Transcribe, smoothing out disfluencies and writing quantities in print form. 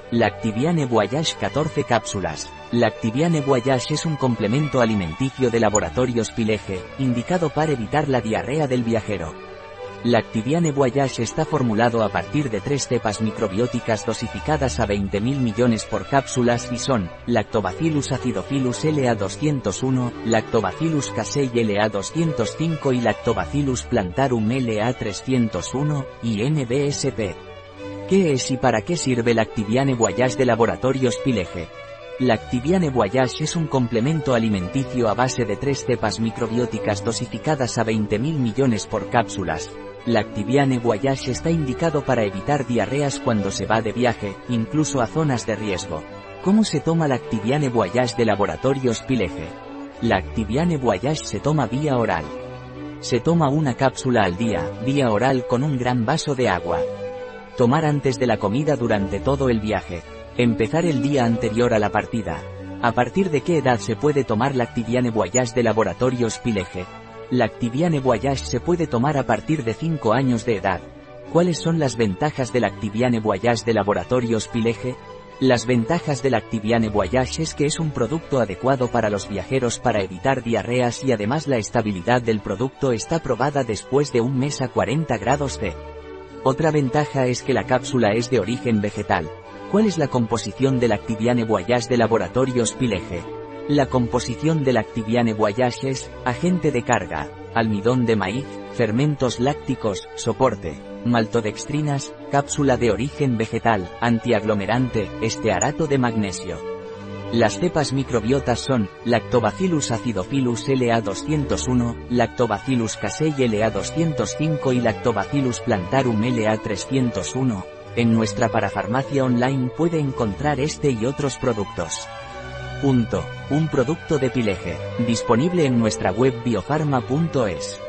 Lactiviane Voyage 14 cápsulas. Lactiviane Voyage es un complemento alimenticio de Laboratorios Pilege, indicado para evitar la diarrea del viajero. Lactiviane Voyage está formulado a partir de 3 cepas microbióticas dosificadas a 20.000 millones por cápsulas y son, Lactobacillus acidophilus LA201, Lactobacillus casei LA205 y Lactobacillus plantarum LA301, y NBSP. ¿Qué es y para qué sirve Lactiviane Voyage de Laboratorios Pilege? Lactiviane Voyage es un complemento alimenticio a base de 3 cepas microbióticas dosificadas a 20.000 millones por cápsulas. Lactiviane Voyage está indicado para evitar diarreas cuando se va de viaje, incluso a zonas de riesgo. ¿Cómo se toma Lactiviane Voyage de Laboratorios Pilege? Lactiviane Voyage se toma vía oral. Se toma una cápsula al día, vía oral con un gran vaso de agua. Tomar antes de la comida durante todo el viaje. Empezar el día anterior a la partida. ¿A partir de qué edad se puede tomar Lactiviane Voyage de Laboratorios Pilege? Lactiviane Voyage se puede tomar a partir de 5 años de edad. ¿Cuáles son las ventajas de Lactiviane Voyage de Laboratorios Pilege? Las ventajas de Lactiviane Voyage es que es un producto adecuado para los viajeros para evitar diarreas y además la estabilidad del producto está probada después de un mes a 40 grados C. Otra ventaja es que la cápsula es de origen vegetal. ¿Cuál es la composición de Lactiviane Voyage de Laboratorios Pilege? La composición de Lactiviane Voyage es, agente de carga, almidón de maíz, fermentos lácticos, soporte, maltodextrinas, cápsula de origen vegetal, antiaglomerante, estearato de magnesio. Las cepas microbiotas son, Lactobacillus acidophilus LA201, Lactobacillus casei LA205 y Lactobacillus plantarum LA301. En nuestra parafarmacia online puede encontrar este y otros productos. Un producto de Pilege, disponible en nuestra web biofarma.es.